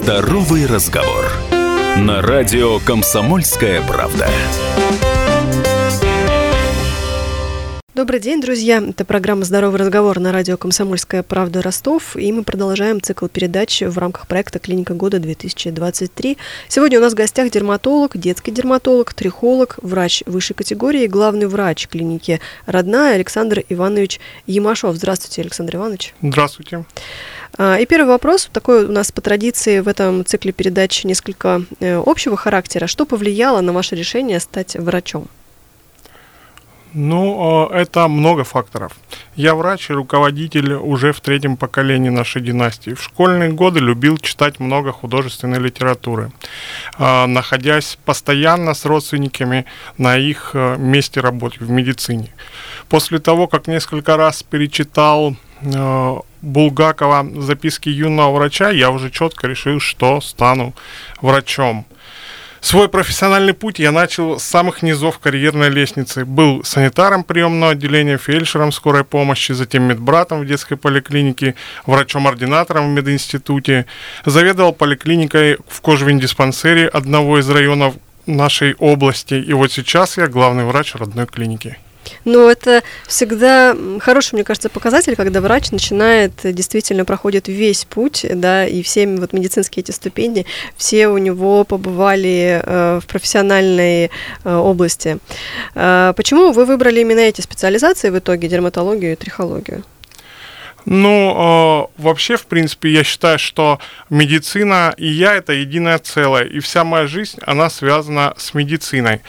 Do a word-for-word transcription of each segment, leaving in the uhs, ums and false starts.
Здоровый разговор. На радио «Комсомольская правда». Добрый день, друзья. Это программа «Здоровый разговор» на радио «Комсомольская правда» Ростов. И мы продолжаем цикл передач в рамках проекта «Клиника года-две тысячи двадцать три». Сегодня у нас в гостях дерматолог, детский дерматолог, трихолог, врач высшей категории и главный врач клиники «Родная» Александр Иванович Ямашов. Здравствуйте, Александр Иванович. Здравствуйте. И первый вопрос, такой у нас по традиции в этом цикле передач несколько общего характера. Что повлияло на ваше решение стать врачом? Ну, это много факторов. Я врач и руководитель уже в третьем поколении нашей династии. В школьные годы любил читать много художественной литературы, находясь постоянно с родственниками на их месте работы в медицине. После того, как несколько раз перечитал Булгакова «Записки юного врача», я уже четко решил, что стану врачом. Свой профессиональный путь я начал с самых низов карьерной лестницы. Был санитаром приемного отделения, фельдшером скорой помощи, затем медбратом в детской поликлинике, врачом-ординатором в мединституте. Заведовал поликлиникой в кожвендиспансере одного из районов нашей области. И вот сейчас я главный врач родной клиники. Но это всегда хороший, мне кажется, показатель, когда врач начинает, действительно проходит весь путь, да, и все вот медицинские эти ступени, все у него побывали э, в профессиональной э, области. Э, почему вы выбрали именно эти специализации в итоге, дерматологию и трихологию? Ну, э, вообще, в принципе, я считаю, что медицина и я – это единое целое, и вся моя жизнь, она связана с медициной.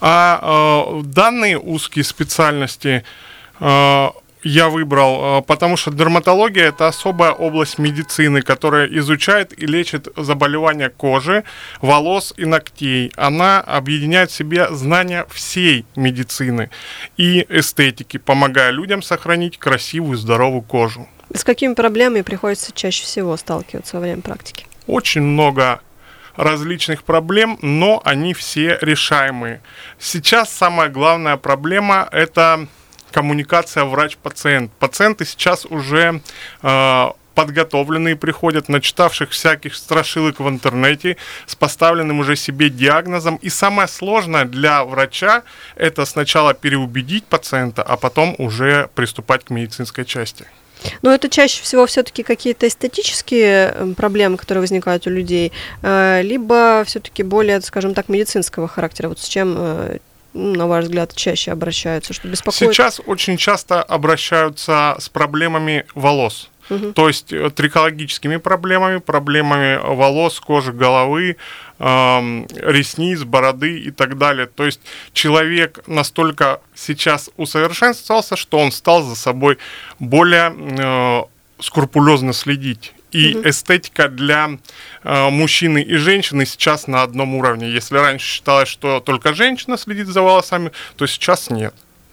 А э, данные узкие специальности э, я выбрал, э, потому что дерматология – это особая область медицины, которая изучает и лечит заболевания кожи, волос и ногтей. Она объединяет в себе знания всей медицины и эстетики, помогая людям сохранить красивую, здоровую кожу. С какими проблемами приходится чаще всего сталкиваться во время практики? Очень много различных проблем, но они все решаемые. Сейчас самая главная проблема – это коммуникация врач-пациент. Пациенты сейчас уже э, подготовленные приходят, начитавших всяких страшилок в интернете, с поставленным уже себе диагнозом. И самое сложное для врача – это сначала переубедить пациента, а потом уже приступать к медицинской части. Но это чаще всего все-таки какие-то эстетические проблемы, которые возникают у людей, либо все-таки более, скажем так, медицинского характера. Вот с чем, на ваш взгляд, чаще обращаются, что беспокоит? Сейчас очень часто обращаются с проблемами волос. Угу. То есть трихологическими проблемами, проблемами волос, кожи головы, э, ресниц, бороды и так далее. То есть человек настолько сейчас усовершенствовался, что он стал за собой более э, скрупулезно следить. И угу. эстетика для э, мужчины и женщины сейчас на одном уровне. Если раньше считалось, что только женщина следит за волосами, то сейчас нет.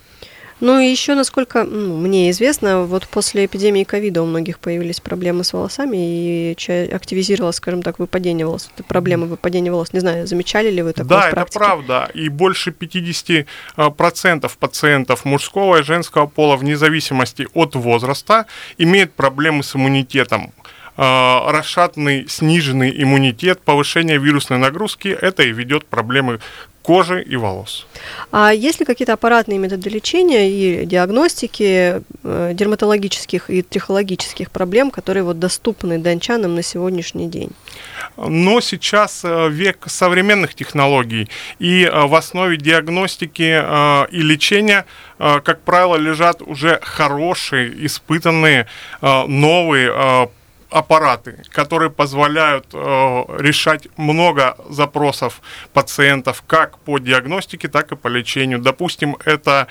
Ну и еще, насколько ну, мне известно, вот после эпидемии ковида у многих появились проблемы с волосами и активизировалось, скажем так, выпадение волос. Это проблема выпадения волос. Не знаю, замечали ли вы такое да, в практике? Да, это правда. И больше пятьдесят процентов пациентов мужского и женского пола, вне зависимости от возраста, имеют проблемы с иммунитетом. Расшатанный, сниженный иммунитет, повышение вирусной нагрузки, это и ведет к проблемы кожи и волос. А есть ли какие-то аппаратные методы лечения и диагностики э, дерматологических и трихологических проблем, которые вот доступны дончанам на сегодняшний день? Но сейчас век современных технологий, и в основе диагностики и лечения, как правило, лежат уже хорошие, испытанные, новые аппараты, которые позволяют э, решать много запросов пациентов как по диагностике, так и по лечению. Допустим, это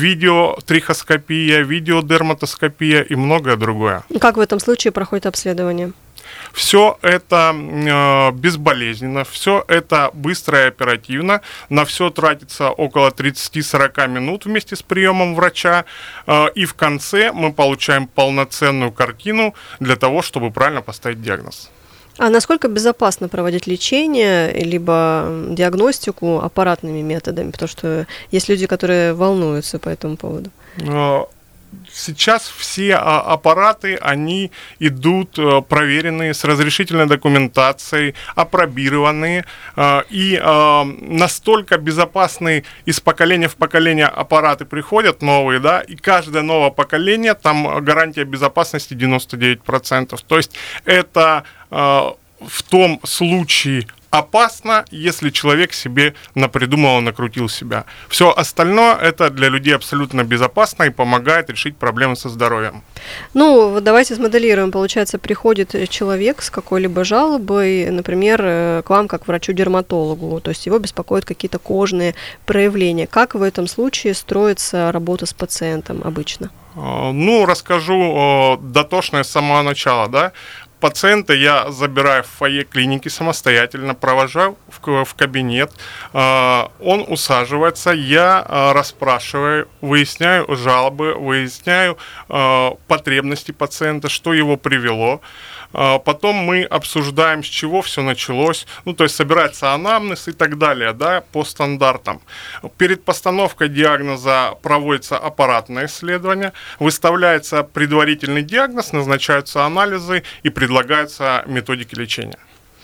видеотрихоскопия, видеодерматоскопия и многое другое. Как в этом случае проходит обследование? Все это э, безболезненно, все это быстро и оперативно. На все тратится около тридцать-сорок минут вместе с приемом врача. Э, и в конце мы получаем полноценную картину для того, чтобы правильно поставить диагноз. А насколько безопасно проводить лечение, либо диагностику аппаратными методами? Потому что есть люди, которые волнуются по этому поводу. Сейчас все аппараты, они идут проверенные, с разрешительной документацией, апробированные и настолько безопасные, из поколения в поколение аппараты приходят новые, да, и каждое новое поколение, там гарантия безопасности девяносто девять процентов. То есть это в том случае опасно, если человек себе напридумывал, накрутил себя. Все остальное это для людей абсолютно безопасно и помогает решить проблемы со здоровьем. Ну, вот давайте смоделируем. Получается, приходит человек с какой-либо жалобой, например, к вам как врачу-дерматологу, то есть его беспокоят какие-то кожные проявления. Как в этом случае строится работа с пациентом обычно? Ну, расскажу дотошно с самого начала, да. Пациента я забираю в фойе клиники самостоятельно, провожаю в, в кабинет, э, он усаживается, я э, расспрашиваю, выясняю жалобы, выясняю э, потребности пациента, что его привело. Э, потом мы обсуждаем, с чего все началось, ну, то есть собирается анамнез и так далее, да, по стандартам. Перед постановкой диагноза проводится аппаратное исследование, выставляется предварительный диагноз, назначаются анализы и предлагаются предлагаются методики лечения.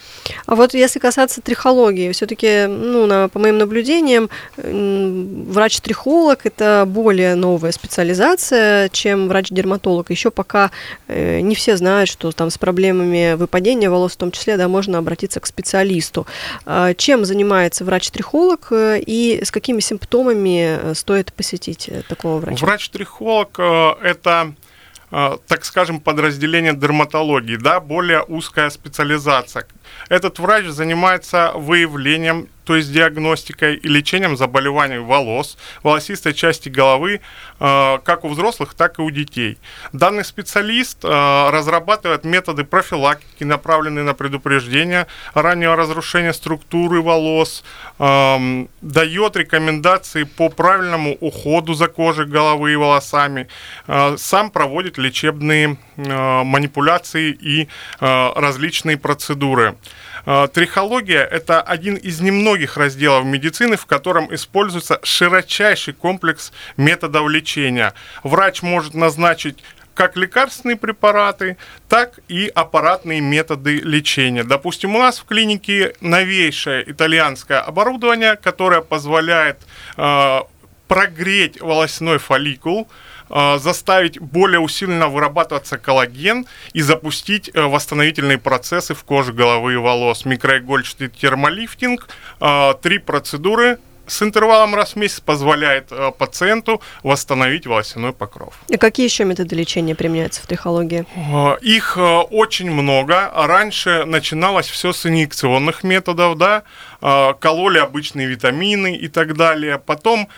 А вот если касаться трихологии, все-таки, ну, на, по моим наблюдениям, врач-трихолог – это более новая специализация, чем врач-дерматолог. Еще пока э, не все знают, что там с проблемами выпадения волос, в том числе, да, можно обратиться к специалисту. А чем занимается врач-трихолог и с какими симптомами стоит посетить такого врача? Врач-трихолог э, – это, так скажем, подразделение дерматологии, да, более узкая специализация. Этот врач занимается выявлением, то есть диагностикой и лечением заболеваний волос, волосистой части головы, э, как у взрослых, так и у детей. Данный специалист э, разрабатывает методы профилактики, направленные на предупреждение раннего разрушения структуры волос, э, дает рекомендации по правильному уходу за кожей головы и волосами, э, сам проводит лечебные э, манипуляции и э, различные процедуры. Трихология – это один из немногих разделов медицины, в котором используется широчайший комплекс методов лечения. Врач может назначить как лекарственные препараты, так и аппаратные методы лечения. Допустим, у нас в клинике новейшее итальянское оборудование, которое позволяет э, прогреть волосяной фолликул, заставить более усиленно вырабатываться коллаген и запустить восстановительные процессы в коже головы и волос. Микроигольчатый термолифтинг, три процедуры с интервалом раз в месяц позволяет пациенту восстановить волосяной покров. И какие еще методы лечения применяются в трихологии? Их очень много. Раньше начиналось все с инъекционных методов, да, кололи обычные витамины и так далее. Потом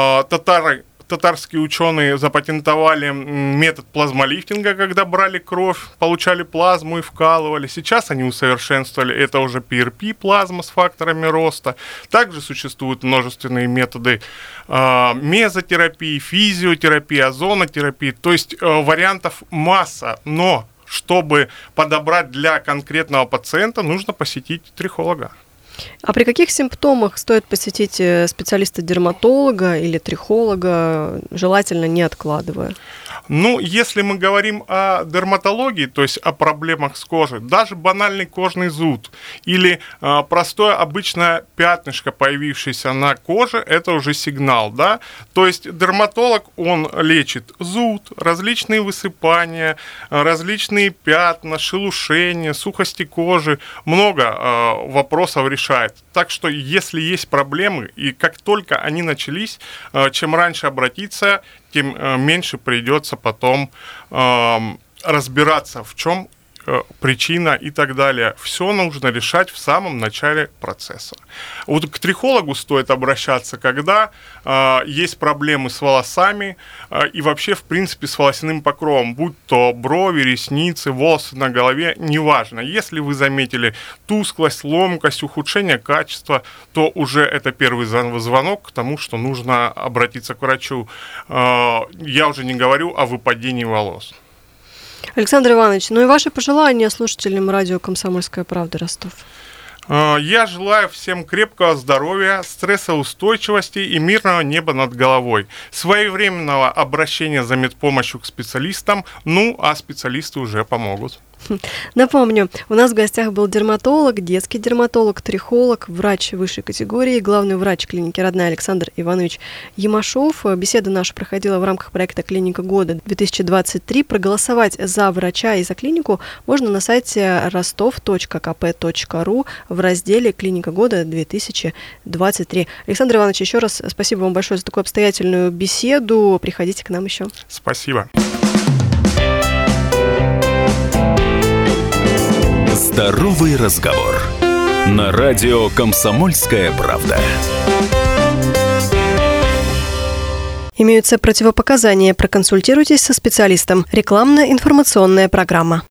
татары Татарские ученые запатентовали метод плазмолифтинга, когда брали кровь, получали плазму и вкалывали. Сейчас они усовершенствовали, это уже пи эр пи плазма с факторами роста. Также существуют множественные методы э, мезотерапии, физиотерапии, озонотерапии. То есть э, вариантов масса, но чтобы подобрать для конкретного пациента, нужно посетить трихолога. А при каких симптомах стоит посетить специалиста-дерматолога или трихолога, желательно не откладывая? Ну, если мы говорим о дерматологии, то есть о проблемах с кожей, даже банальный кожный зуд или э, простое обычное пятнышко, появившееся на коже, это уже сигнал, да? То есть дерматолог, он лечит зуд, различные высыпания, различные пятна, шелушения, сухости кожи, много э, вопросов решает. Так что, если есть проблемы, и как только они начались, э, чем раньше обратиться, тем э, меньше придется потом э, разбираться, в чем э, причина и так далее. Все нужно решать в самом начале процесса. Вот к трихологу стоит обращаться, когда э, есть проблемы с волосами э, и вообще, в принципе, с волосяным покровом, будь то брови, ресницы, волосы на голове, неважно. Если вы заметили тусклость, ломкость, ухудшение качества, то уже это первый звонок к тому, что нужно обратиться к врачу. Э, я уже не говорю о выпадении волос. Александр Иванович, ну и ваши пожелания слушателям радио «Комсомольская правда» Ростов? Я желаю всем крепкого здоровья, стрессоустойчивости и мирного неба над головой, своевременного обращения за медпомощью к специалистам, ну а специалисты уже помогут. Напомню, у нас в гостях был дерматолог, детский дерматолог, трихолог, врач высшей категории, главный врач клиники «Родная» Александр Иванович Ямашов. Беседа наша проходила в рамках проекта «Клиника года две тысячи двадцать три». Проголосовать за врача и за клинику можно на сайте ростов точка ка пэ точка ру в разделе «Клиника года две тысячи двадцать три». Александр Иванович, еще раз спасибо вам большое за такую обстоятельную беседу. Приходите к нам еще. Спасибо. Здоровый разговор. На радио «Комсомольская правда». Имеются противопоказания. Проконсультируйтесь со специалистом. Рекламно-информационная программа.